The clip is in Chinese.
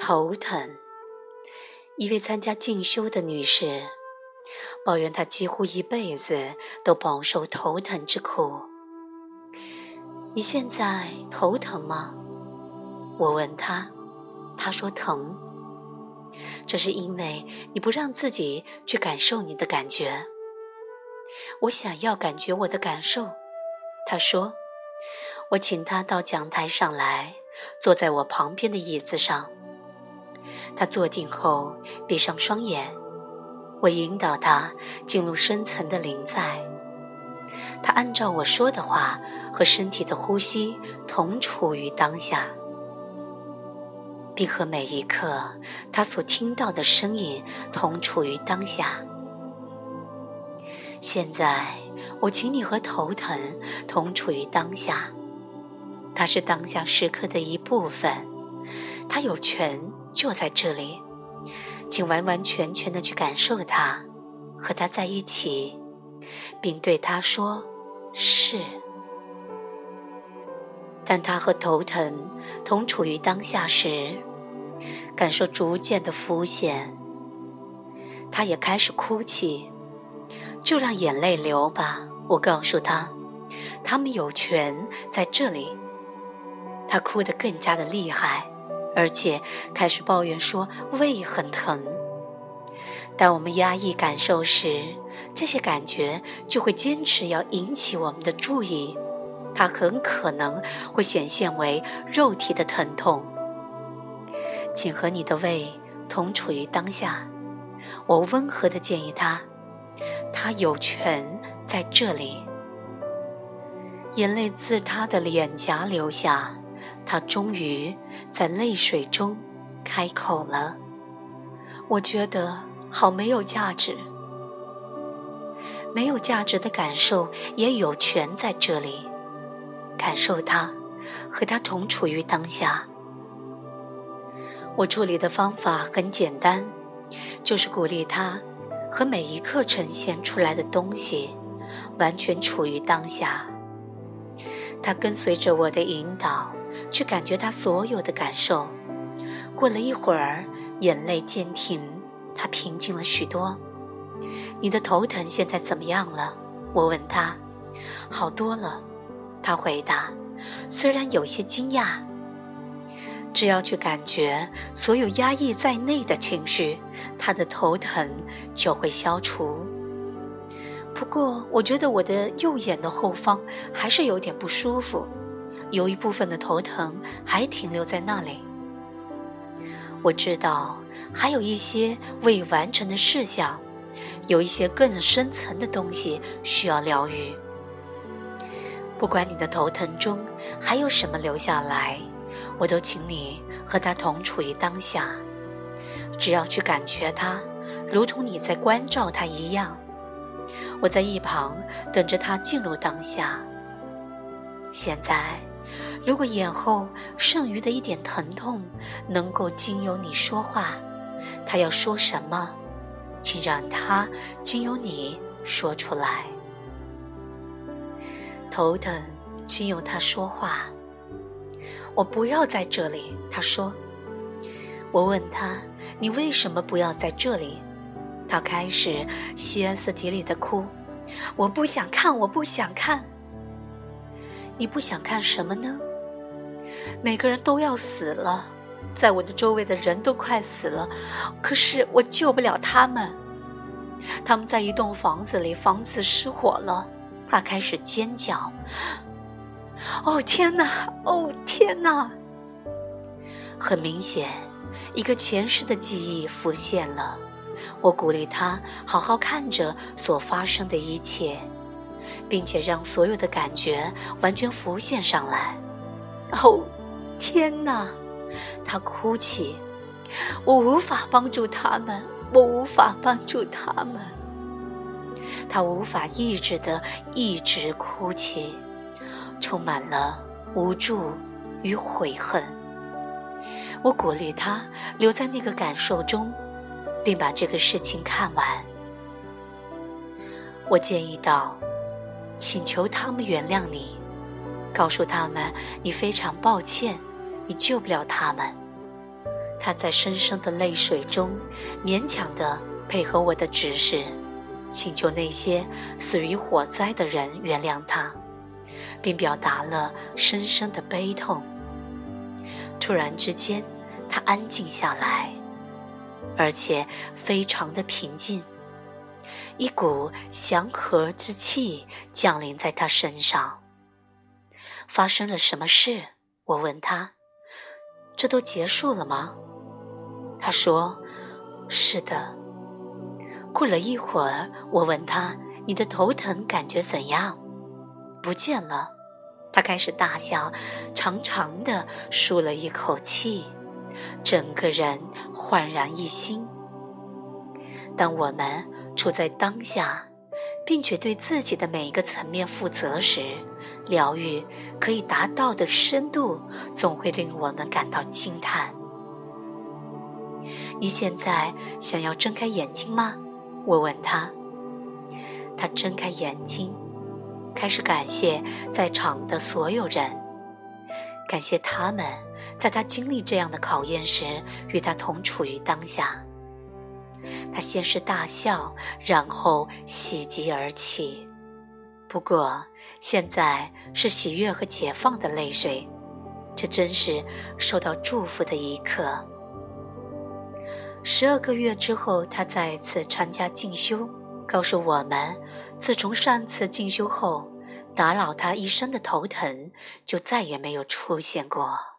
头疼。一位参加进修的女士抱怨她几乎一辈子都饱受头疼之苦。你现在头疼吗？我问她，她说疼。这是因为你不让自己去感受你的感觉。我想要感觉我的感受，她说。我请她到讲台上来，坐在我旁边的椅子上。她坐定后闭上双眼，我引导她进入深层的临在。她按照我说的话和身体的呼吸同处于当下，并和每一刻她所听到的声音同处于当下。现在我请你和头疼同处于当下，它是当下时刻的一部分，它有权就在这里，请完完全全地去感受它，和它在一起，并对它说是。当它和头疼同处于当下时，感受逐渐地浮现，它也开始哭泣，就让眼泪流吧，我告诉他，他们有权在这里。他哭得更加的厉害，而且开始抱怨说胃很疼。当我们压抑感受时，这些感觉就会坚持要引起我们的注意，它很可能会显现为肉体的疼痛。请和你的胃同处于当下，我温和地建议他，他有权在这里。眼泪自他的脸颊流下，他终于在泪水中开口了。我觉得好没有价值。没有价值的感受也有权在这里，感受它，和它同处于当下。我处理的方法很简单，就是鼓励他和每一刻呈现出来的东西完全处于当下。他跟随着我的引导去感觉他所有的感受。过了一会儿，眼泪渐停，他平静了许多。你的头疼现在怎么样了？我问他。好多了，他回答，虽然有些惊讶。只要去感觉所有压抑在内的情绪，他的头疼就会消除。不过我觉得我的右眼的后方还是有点不舒服，有一部分的头疼还停留在那里。我知道还有一些未完成的事项，有一些更深层的东西需要疗愈。不管你的头疼中还有什么留下来，我都请你和它同处于当下，只要去感觉它，如同你在关照它一样。我在一旁等着它进入当下。现在，如果眼后剩余的一点疼痛能够经由你说话，它要说什么，请让它经由你说出来。头疼，请由它说话。我不要在这里，他说。我问他，你为什么不要在这里？他开始歇斯底里地哭，我不想看，我不想看。你不想看什么呢？每个人都要死了，在我的周围的人都快死了，可是我救不了他们。他们在一栋房子里，房子失火了。他开始尖叫，哦天哪，哦天哪！很明显，一个前世的记忆浮现了。我鼓励他好好看着所发生的一切，并且让所有的感觉完全浮现上来。哦天哪！他哭泣，我无法帮助他们，我无法帮助他们。他无法抑制地一直哭泣，充满了无助与悔恨。我鼓励他留在那个感受中，并把这个事情看完。我建议道，请求他们原谅你，告诉他们你非常抱歉，你救不了他们。 他在深深的泪水中勉强地配合我的指示，请求那些死于火灾的人原谅他，并表达了深深的悲痛。突然之间，他安静下来，而且非常的平静，一股祥和之气降临在他身上。发生了什么事？我问他，这都结束了吗？他说，是的。过了一会儿，我问他，你的头疼感觉怎样？不见了。他开始大笑，长长地舒了一口气，整个人焕然一新。当我们处在当下，并且对自己的每一个层面负责时，疗愈可以达到的深度总会令我们感到惊叹。你现在想要睁开眼睛吗？我问他。他睁开眼睛，开始感谢在场的所有人，感谢他们在他经历这样的考验时与他同处于当下。他先是大笑，然后喜极而泣。不过现在是喜悦和解放的泪水，这真是受到祝福的一刻。12个月之后，他再次参加进修，告诉我们，自从上次进修后，打扰他一生的头疼就再也没有出现过。